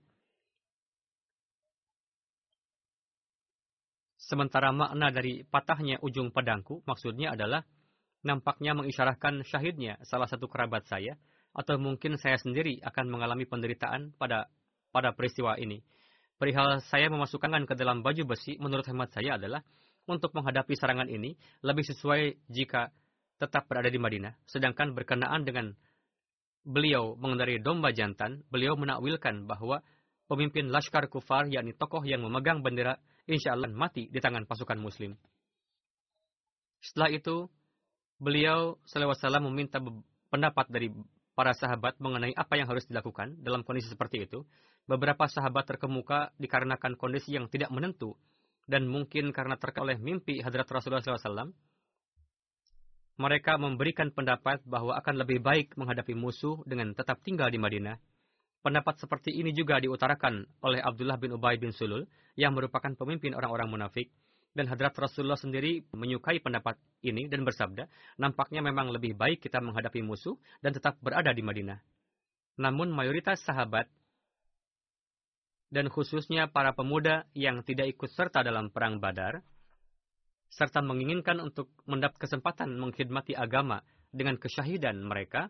Sementara makna dari patahnya ujung pedangku, maksudnya adalah nampaknya mengisyarahkan syahidnya salah satu kerabat saya, atau mungkin saya sendiri akan mengalami penderitaan pada pada peristiwa ini. Perihal saya memasukkan ke dalam baju besi, menurut hemat saya adalah untuk menghadapi serangan ini lebih sesuai jika tetap berada di Madinah. Sedangkan berkenaan dengan beliau mengendarai domba jantan, beliau menakwilkan bahwa pemimpin Laskar Kufar, yakni tokoh yang memegang bendera, insya Allah mati di tangan pasukan Muslim. Setelah itu, beliau sallallahu alaihi wasallam meminta pendapat dari para sahabat mengenai apa yang harus dilakukan dalam kondisi seperti itu. Beberapa sahabat terkemuka dikarenakan kondisi yang tidak menentu, dan mungkin karena terkait oleh mimpi Hadrat Rasulullah sallallahu alaihi wasallam, mereka memberikan pendapat bahwa akan lebih baik menghadapi musuh dengan tetap tinggal di Madinah. Pendapat seperti ini juga diutarakan oleh Abdullah bin Ubay bin Sulul, yang merupakan pemimpin orang-orang munafik. Dan Hadrat Rasulullah sendiri menyukai pendapat ini dan bersabda, nampaknya memang lebih baik kita menghadapi musuh dan tetap berada di Madinah. Namun mayoritas sahabat, dan khususnya para pemuda yang tidak ikut serta dalam perang Badar, serta menginginkan untuk mendapat kesempatan mengkhidmati agama dengan kesyahidan mereka,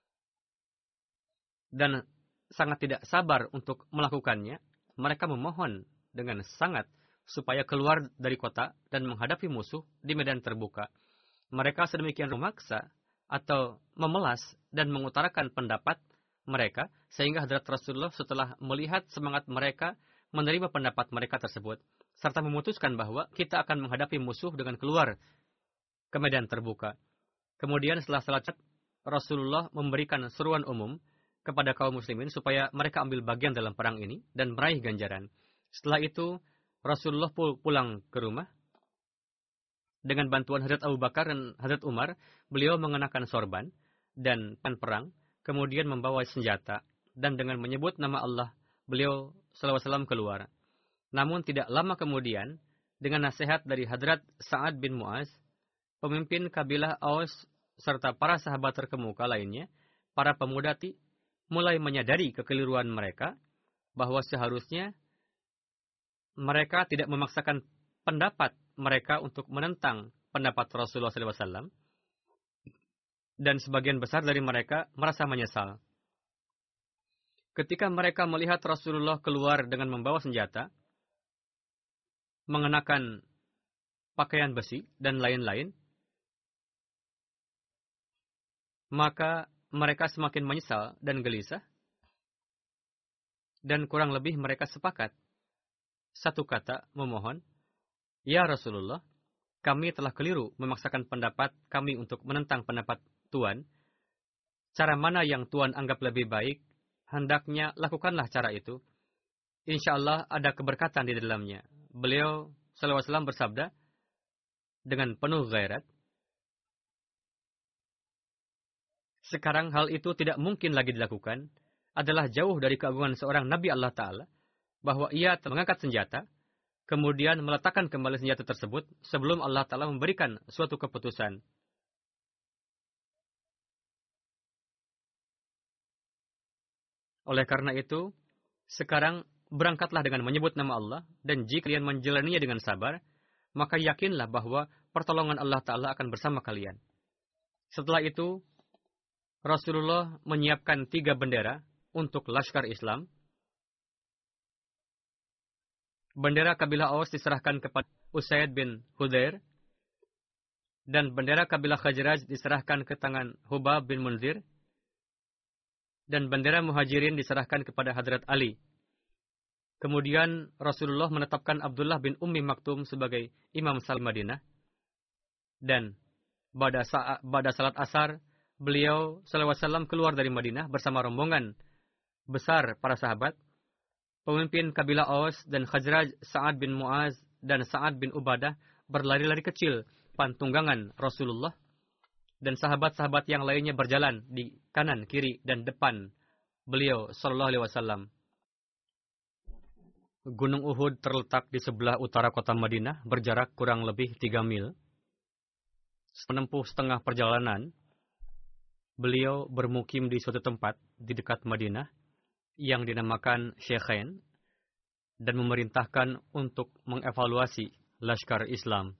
dan sangat tidak sabar untuk melakukannya, mereka memohon dengan sangat supaya keluar dari kota dan menghadapi musuh di medan terbuka. Mereka sedemikian memaksa atau memelas dan mengutarakan pendapat mereka, sehingga Hadrat Rasulullah setelah melihat semangat mereka menerima pendapat mereka tersebut, serta memutuskan bahwa kita akan menghadapi musuh dengan keluar ke medan terbuka. Kemudian setelah salat, Rasulullah memberikan seruan umum kepada kaum muslimin supaya mereka ambil bagian dalam perang ini dan meraih ganjaran. Setelah itu, Rasulullah pulang ke rumah. Dengan bantuan Hadrat Abu Bakar dan Hadrat Umar, beliau mengenakan sorban dan pan perang, kemudian membawa senjata, dan dengan menyebut nama Allah, beliau sallallahu alaihi wasallam keluar. Namun tidak lama kemudian, dengan nasihat dari Hadrat Sa'ad bin Mu'az, pemimpin kabilah Aus, serta para sahabat terkemuka lainnya, para pemuda ti, mulai menyadari kekeliruan mereka, bahwa seharusnya mereka tidak memaksakan pendapat mereka untuk menentang pendapat Rasulullah sallallahu alaihi wasallam, dan sebagian besar dari mereka merasa menyesal. Ketika mereka melihat Rasulullah keluar dengan membawa senjata, mengenakan pakaian besi, dan lain-lain, maka mereka semakin menyesal dan gelisah, dan kurang lebih mereka sepakat. Satu kata memohon, "Ya Rasulullah, kami telah keliru memaksakan pendapat kami untuk menentang pendapat Tuan. Cara mana yang Tuan anggap lebih baik, hendaknya lakukanlah cara itu. Insya Allah ada keberkatan di dalamnya." Beliau sallallahu alaihi wasallam bersabda dengan penuh gairat, "Sekarang hal itu tidak mungkin lagi dilakukan, adalah jauh dari keagungan seorang Nabi Allah Ta'ala, bahwa ia telah mengangkat senjata, kemudian meletakkan kembali senjata tersebut sebelum Allah Ta'ala memberikan suatu keputusan." Oleh karena itu, sekarang berangkatlah dengan menyebut nama Allah, dan jika kalian menjalaninya dengan sabar, maka yakinlah bahwa pertolongan Allah Ta'ala akan bersama kalian. Setelah itu, Rasulullah menyiapkan tiga bendera untuk Laskar Islam. Bendera kabilah Aus diserahkan kepada Usaid bin Hudair, dan bendera kabilah Khazraj diserahkan ke tangan Hubab bin Munzir, dan bendera Muhajirin diserahkan kepada Hadrat Ali. Kemudian Rasulullah menetapkan Abdullah bin Ummi Maktum sebagai Imam Salim Madinah, dan pada saat pada salat asar, beliau sallallahu alaihi wasallam keluar dari Madinah bersama rombongan besar para sahabat. Pemimpin kabilah Aus dan Khazraj, Sa'ad bin Mu'az dan Sa'ad bin Ubadah, berlari-lari kecil pantunggangan Rasulullah, dan sahabat-sahabat yang lainnya berjalan di kanan, kiri, dan depan beliau sallallahu alaihi wasallam. Gunung Uhud terletak di sebelah utara kota Madinah, berjarak kurang lebih tiga mil. Menempuh setengah perjalanan, beliau bermukim di suatu tempat di dekat Madinah yang dinamakan Syekhain, dan memerintahkan untuk mengevaluasi Laskar Islam.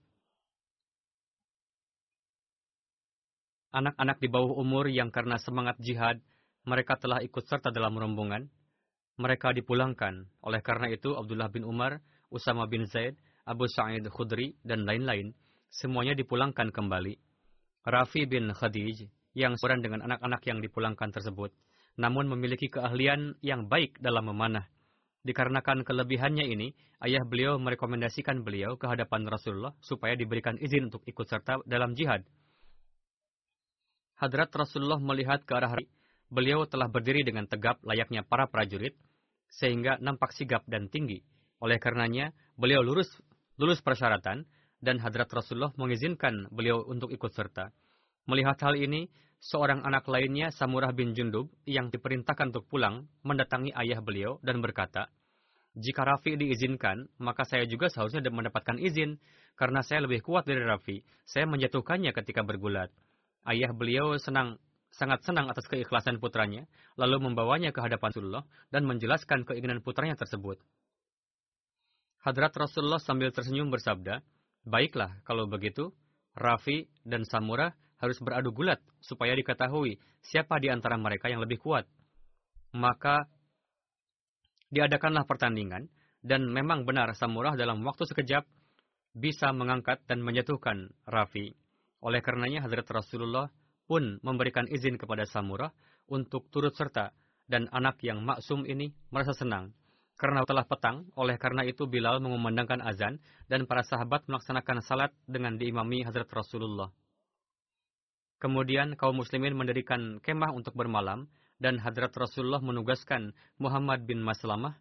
Anak-anak di bawah umur yang karena semangat jihad, mereka telah ikut serta dalam rombongan. Mereka dipulangkan. Oleh karena itu, Abdullah bin Umar, Usama bin Zaid, Abu Sa'id Khudri, dan lain-lain, semuanya dipulangkan kembali. Rafi bin Khadij, yang seorang dengan anak-anak yang dipulangkan tersebut, namun memiliki keahlian yang baik dalam memanah. Dikarenakan kelebihannya ini, ayah beliau merekomendasikan beliau ke hadapan Rasulullah supaya diberikan izin untuk ikut serta dalam jihad. Hadrat Rasulullah melihat ke arah hari, beliau telah berdiri dengan tegap layaknya para prajurit, sehingga nampak sigap dan tinggi. Oleh karenanya, beliau lulus, lulus persyaratan, dan Hadrat Rasulullah mengizinkan beliau untuk ikut serta. Melihat hal ini, seorang anak lainnya, Samurah bin Jundub, yang diperintahkan untuk pulang, mendatangi ayah beliau dan berkata, "Jika Rafi diizinkan, maka saya juga seharusnya mendapatkan izin, karena saya lebih kuat dari Rafi. Saya menjatuhkannya ketika bergulat." Ayah beliau senang, sangat senang atas keikhlasan putranya, lalu membawanya ke hadapan Rasulullah dan menjelaskan keinginan putranya tersebut. Hadrat Rasulullah sambil tersenyum bersabda, "Baiklah, kalau begitu, Rafi dan Samurah harus beradu gulat supaya diketahui siapa di antara mereka yang lebih kuat." Maka diadakanlah pertandingan, dan memang benar Samurah dalam waktu sekejap bisa mengangkat dan menjatuhkan Rafi. Oleh karenanya Hadrat Rasulullah pun memberikan izin kepada Samurah untuk turut serta, dan anak yang maksum ini merasa senang. Karena telah petang, oleh karena itu Bilal mengumandangkan azan, dan para sahabat melaksanakan salat dengan diimami Hadrat Rasulullah. Kemudian kaum muslimin mendirikan kemah untuk bermalam, dan Hadrat Rasulullah menugaskan Muhammad bin Maslamah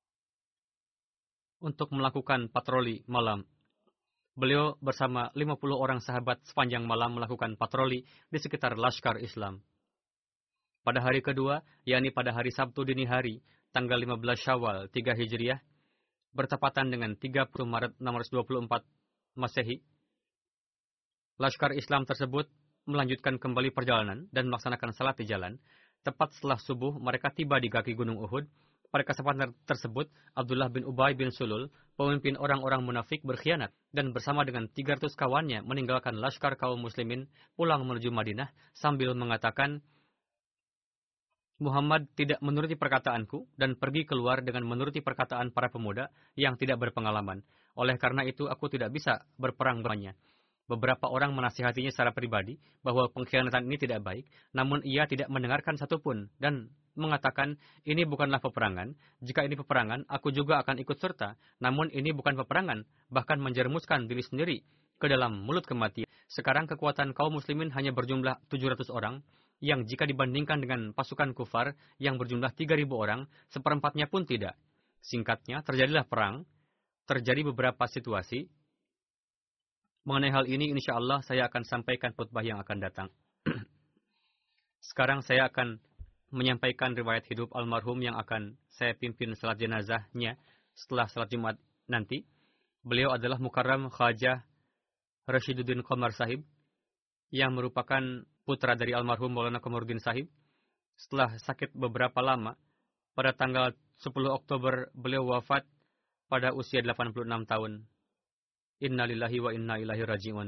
untuk melakukan patroli malam. Beliau bersama lima puluh orang sahabat sepanjang malam melakukan patroli di sekitar Laskar Islam. Pada hari kedua, yakni pada hari Sabtu dini hari, tanggal lima belas Syawal tiga Hijriah, bertepatan dengan tiga puluh Maret enam ratus dua puluh empat Masehi, Laskar Islam tersebut melanjutkan kembali perjalanan dan melaksanakan salat di jalan. Tepat setelah subuh, mereka tiba di kaki Gunung Uhud. Pada kesempatan tersebut, Abdullah bin Ubay bin Sulul, pemimpin orang-orang munafik, berkhianat dan bersama dengan tiga ratus kawannya meninggalkan laskar kaum muslimin pulang menuju Madinah sambil mengatakan, "Muhammad tidak menuruti perkataanku dan pergi keluar dengan menuruti perkataan para pemuda yang tidak berpengalaman. Oleh karena itu aku tidak bisa berperang dengannya." Beberapa orang menasihatinya secara pribadi bahwa pengkhianatan ini tidak baik, namun ia tidak mendengarkan satupun dan mengatakan, ini bukanlah peperangan. Jika ini peperangan, aku juga akan ikut serta. Namun ini bukan peperangan, bahkan menjerumuskan diri sendiri ke dalam mulut kematian. Sekarang kekuatan kaum muslimin hanya berjumlah tujuh ratus orang, yang jika dibandingkan dengan pasukan kufar yang berjumlah tiga ribu orang, seperempatnya pun tidak. Singkatnya, terjadilah perang, terjadi beberapa situasi. Mengenai hal ini, insya Allah saya akan sampaikan khutbah yang akan datang. Sekarang saya akan menyampaikan riwayat hidup almarhum yang akan saya pimpin salat jenazahnya setelah salat Jumat nanti. Beliau adalah Mukarram Khajah Rashiduddin Qamar Sahib, yang merupakan putra dari almarhum Maulana Qamaruddin Sahib. Setelah sakit beberapa lama, pada tanggal sepuluh Oktober beliau wafat pada usia delapan puluh enam tahun. Innalillahi wa inna ilaihi raji'un.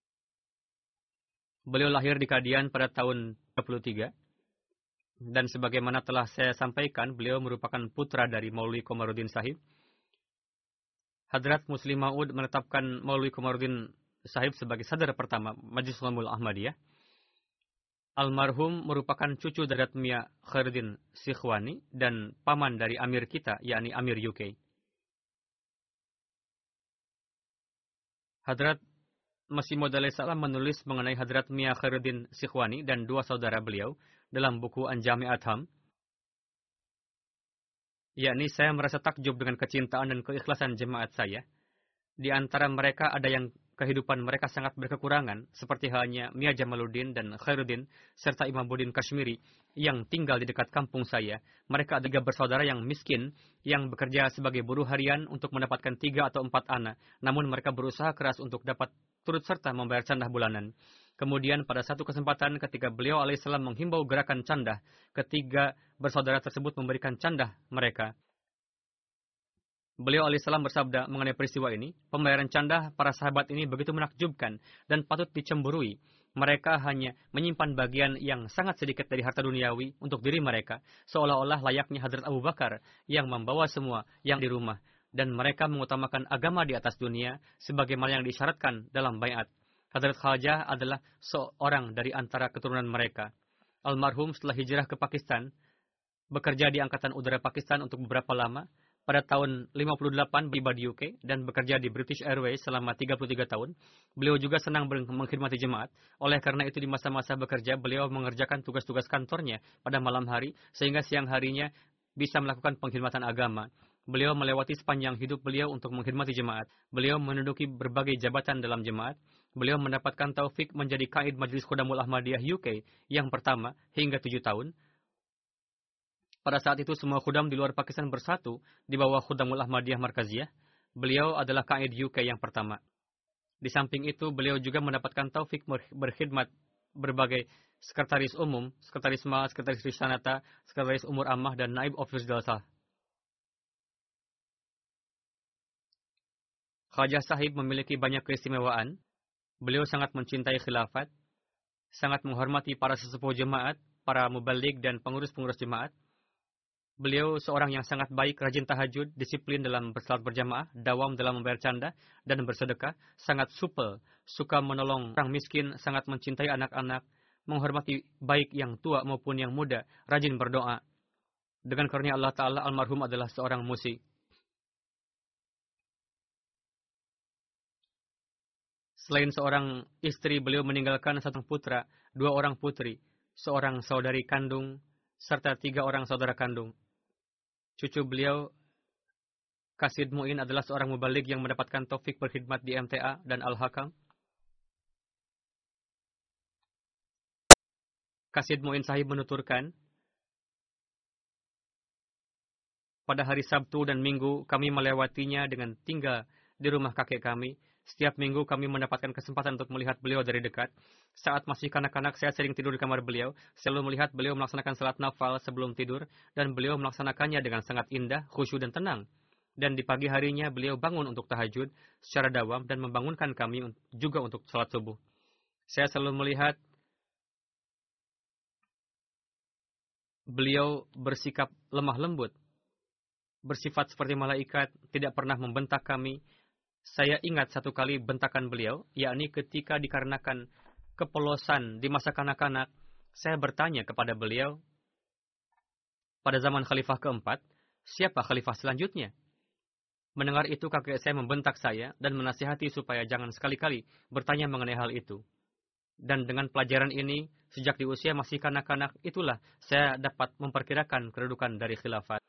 Beliau lahir di Kadian pada tahun tiga puluh tiga. Dan sebagaimana telah saya sampaikan, beliau merupakan putra dari Maulwi Qamaruddin Sahib. Hadrat Muslim Maud menetapkan Maulwi Qamaruddin Sahib sebagai sadar pertama Majlis Ulamul Ahmadiyah. Almarhum merupakan cucu dari Hadrat Mia Khairuddin Sikhwani dan paman dari Amir kita, yakni Amir U K. Hadrat Masih Maud alaihissalam menulis mengenai Hadrat Mia Khairuddin Sikhwani dan dua saudara beliau dalam buku Anjami Adham, yakni saya merasa takjub dengan kecintaan dan keikhlasan jemaat saya. Di antara mereka ada yang kehidupan mereka sangat berkekurangan, seperti halnya Mia Jamaluddin dan Khairuddin, serta Imam Budin Kashmiri, yang tinggal di dekat kampung saya. Mereka ada tiga bersaudara yang miskin, yang bekerja sebagai buruh harian untuk mendapatkan tiga atau empat anak, namun mereka berusaha keras untuk dapat turut serta membayar candah bulanan. Kemudian pada satu kesempatan ketika beliau alaihissalam menghimbau gerakan candah, ketiga bersaudara tersebut memberikan candah mereka. Beliau alaihissalam bersabda mengenai peristiwa ini, pembayaran candah para sahabat ini begitu menakjubkan dan patut dicemburui. Mereka hanya menyimpan bagian yang sangat sedikit dari harta duniawi untuk diri mereka, seolah-olah layaknya Hadrat Abu Bakar yang membawa semua yang di rumah. Dan mereka mengutamakan agama di atas dunia sebagaimana yang disyaratkan dalam baiat. Hadrat Khajah adalah seorang dari antara keturunan mereka. Almarhum setelah hijrah ke Pakistan, bekerja di Angkatan Udara Pakistan untuk beberapa lama. Pada tahun lima puluh delapan tiba di U K dan bekerja di British Airways selama tiga puluh tiga tahun. Beliau juga senang mengkhidmati jemaat. Oleh karena itu di masa-masa bekerja beliau mengerjakan tugas-tugas kantornya pada malam hari sehingga siang harinya bisa melakukan pengkhidmatan agama. Beliau melewati sepanjang hidup beliau untuk mengkhidmati jemaat. Beliau menduduki berbagai jabatan dalam jemaat. Beliau mendapatkan taufik menjadi Qaid Majlis Khudamul Ahmadiyah U K yang pertama hingga tujuh tahun. Pada saat itu semua khudam di luar Pakistan bersatu di bawah Khudamul Ahmadiyah Markaziyah. Beliau adalah Qaid U K yang pertama. Di samping itu beliau juga mendapatkan taufik berkhidmat berbagai sekretaris umum, sekretaris mal, sekretaris risanata, sekretaris umur ammah dan naib office dalsah. Khajah Sahib memiliki banyak keistimewaan. Beliau sangat mencintai khilafat, sangat menghormati para sesepuh jemaat, para muballigh dan pengurus-pengurus jemaat. Beliau seorang yang sangat baik, rajin tahajud, disiplin dalam bersalat berjamaah, dawam dalam membayar canda dan bersedekah, sangat supel, suka menolong orang miskin, sangat mencintai anak-anak, menghormati baik yang tua maupun yang muda, rajin berdoa. Dengan karunia Allah Ta'ala, almarhum adalah seorang musi. Selain seorang istri, beliau meninggalkan satu putra, dua orang putri, seorang saudari kandung, serta tiga orang saudara kandung. Cucu beliau, Kasid Mu'in, adalah seorang mubaligh yang mendapatkan taufik berkhidmat di M T A dan Al-Hakam. Kasid Mu'in Sahib menuturkan, pada hari Sabtu dan Minggu kami melewatinya dengan tinggal di rumah kakek kami. Setiap minggu kami mendapatkan kesempatan untuk melihat beliau dari dekat. Saat masih kanak-kanak, saya sering tidur di kamar beliau. Selalu melihat beliau melaksanakan salat nafal sebelum tidur, dan beliau melaksanakannya dengan sangat indah, khusyuk dan tenang. Dan di pagi harinya, beliau bangun untuk tahajud secara dawam dan membangunkan kami juga untuk salat subuh. Saya selalu melihat beliau bersikap lemah lembut, bersifat seperti malaikat, tidak pernah membentak kami. Saya ingat satu kali bentakan beliau, yakni ketika dikarenakan kepolosan di masa kanak-kanak, saya bertanya kepada beliau, pada zaman khalifah keempat, siapa khalifah selanjutnya? Mendengar itu kakek saya membentak saya dan menasihati supaya jangan sekali-kali bertanya mengenai hal itu. Dan dengan pelajaran ini, sejak di usia masih kanak-kanak, itulah saya dapat memperkirakan kedudukan dari khilafat.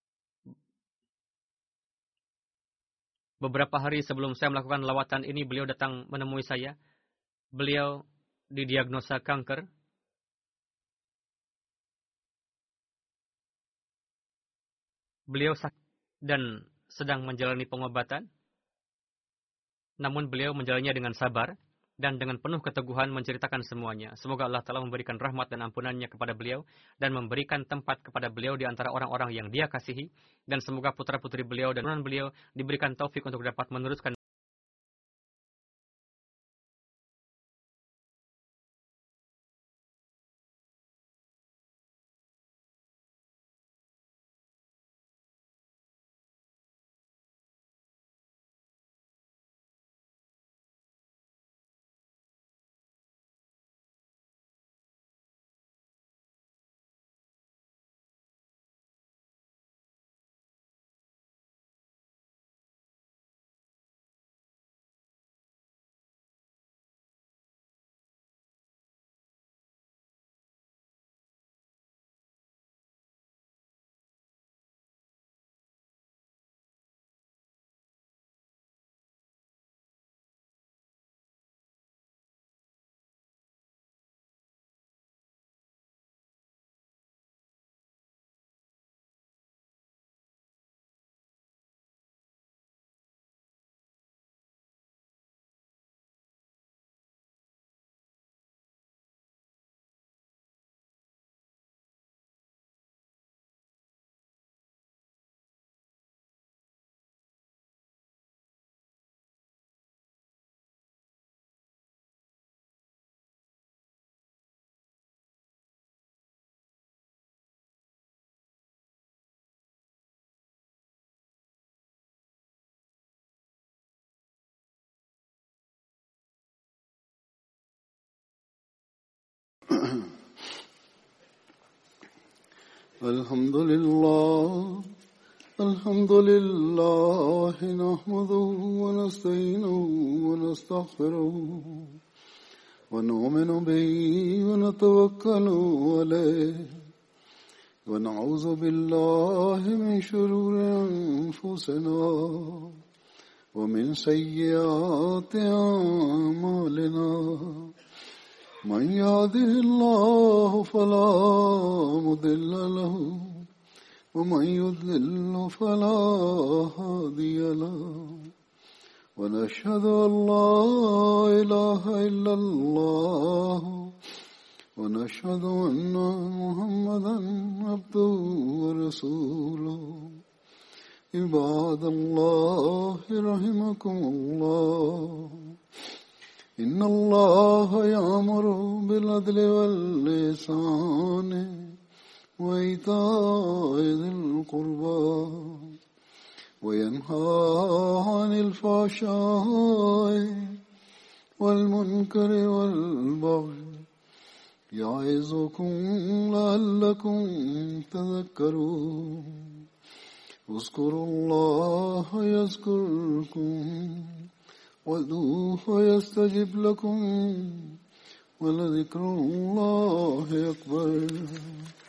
Beberapa hari sebelum saya melakukan lawatan ini, beliau datang menemui saya. Beliau didiagnosa kanker. Beliau sakit dan sedang menjalani pengobatan. Namun beliau menjalannya dengan sabar dan dengan penuh keteguhan menceritakan semuanya. Semoga Allah Ta'ala memberikan rahmat dan ampunannya kepada beliau dan memberikan tempat kepada beliau di antara orang-orang yang dia kasihi. Dan semoga putra-putri beliau dan turunan beliau diberikan taufik untuk dapat meneruskan. Alhamdulillah, alhamdulillah, nahmaduhu wa nasta'inuhu wa nastaghfiruh, wa nu'minu bihi wa natawakkalu alayhi, wa na'udzu billahi min shururi anfusina, wa min sayyiati a'malina. من يهده الله فلا مضل له ومن يضلل فلا هادي له ونشهد أن لا إله إلا الله ونشهد أن محمدا عبده ورسوله عباد الله رحمكم الله إن الله يأمر بالعدل والإحسان وإيتاء ذي القربى وينهى عن الفحشاء والمنكر والبغي يعظكم لعلكم تذكرون اذكروا الله يذكركم وادعوه يستجب لكم ولذكر الله أكبر